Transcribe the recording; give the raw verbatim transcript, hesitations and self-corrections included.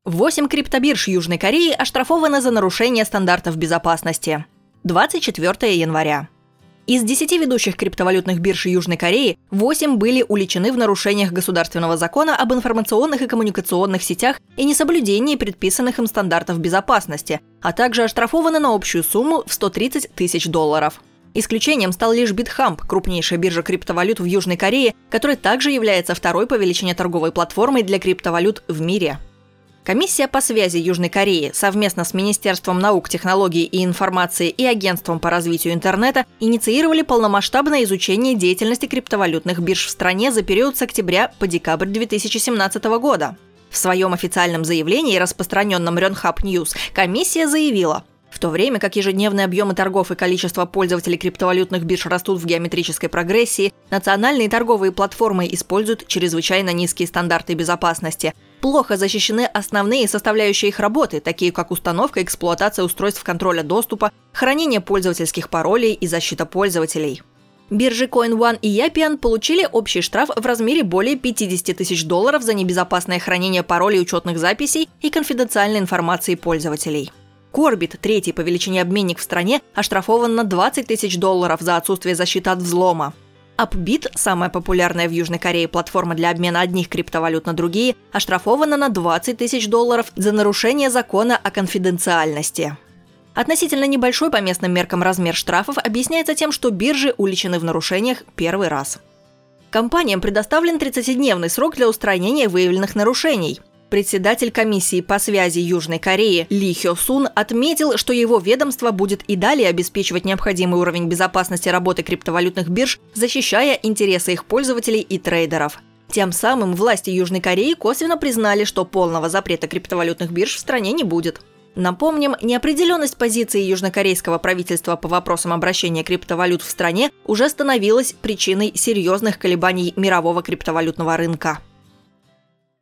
Восемь криптобирж Южной Кореи оштрафованы за нарушение стандартов безопасности. двадцать четвёртого января. Из десяти ведущих криптовалютных бирж Южной Кореи восемь были уличены в нарушениях государственного закона об информационных и коммуникационных сетях и несоблюдении предписанных им стандартов безопасности, а также оштрафованы на общую сумму в сто тридцать тысяч долларов. Исключением стал лишь BitHump, крупнейшая биржа криптовалют в Южной Корее, которая также является второй по величине торговой платформой для криптовалют в мире. Комиссия по связи Южной Кореи совместно с Министерством наук, технологий и информации и Агентством по развитию интернета инициировали полномасштабное изучение деятельности криптовалютных бирж в стране за период с октября по декабрь две тысячи семнадцатого года. В своем официальном заявлении, распространенном Yonhap News, комиссия заявила: в то время как ежедневные объемы торгов и количество пользователей криптовалютных бирж растут в геометрической прогрессии, национальные торговые платформы используют чрезвычайно низкие стандарты безопасности. Плохо защищены основные составляющие их работы, такие как установка и эксплуатация устройств контроля доступа, хранение пользовательских паролей и защита пользователей. Биржи CoinOne и Yapian получили общий штраф в размере более пятьдесят тысяч долларов за небезопасное хранение паролей учетных записей и конфиденциальной информации пользователей. Corbit, третий по величине обменник в стране, оштрафован на двадцать тысяч долларов за отсутствие защиты от взлома. Upbit, самая популярная в Южной Корее платформа для обмена одних криптовалют на другие, оштрафована на двадцать тысяч долларов за нарушение закона о конфиденциальности. Относительно небольшой по местным меркам размер штрафов объясняется тем, что биржи уличены в нарушениях первый раз. Компаниям предоставлен тридцатидневный срок для устранения выявленных нарушений. Председатель комиссии по связи Южной Кореи Ли Хё Сун отметил, что его ведомство будет и далее обеспечивать необходимый уровень безопасности работы криптовалютных бирж, защищая интересы их пользователей и трейдеров. Тем самым власти Южной Кореи косвенно признали, что полного запрета криптовалютных бирж в стране не будет. Напомним, неопределенность позиции южнокорейского правительства по вопросам обращения криптовалют в стране уже становилась причиной серьезных колебаний мирового криптовалютного рынка.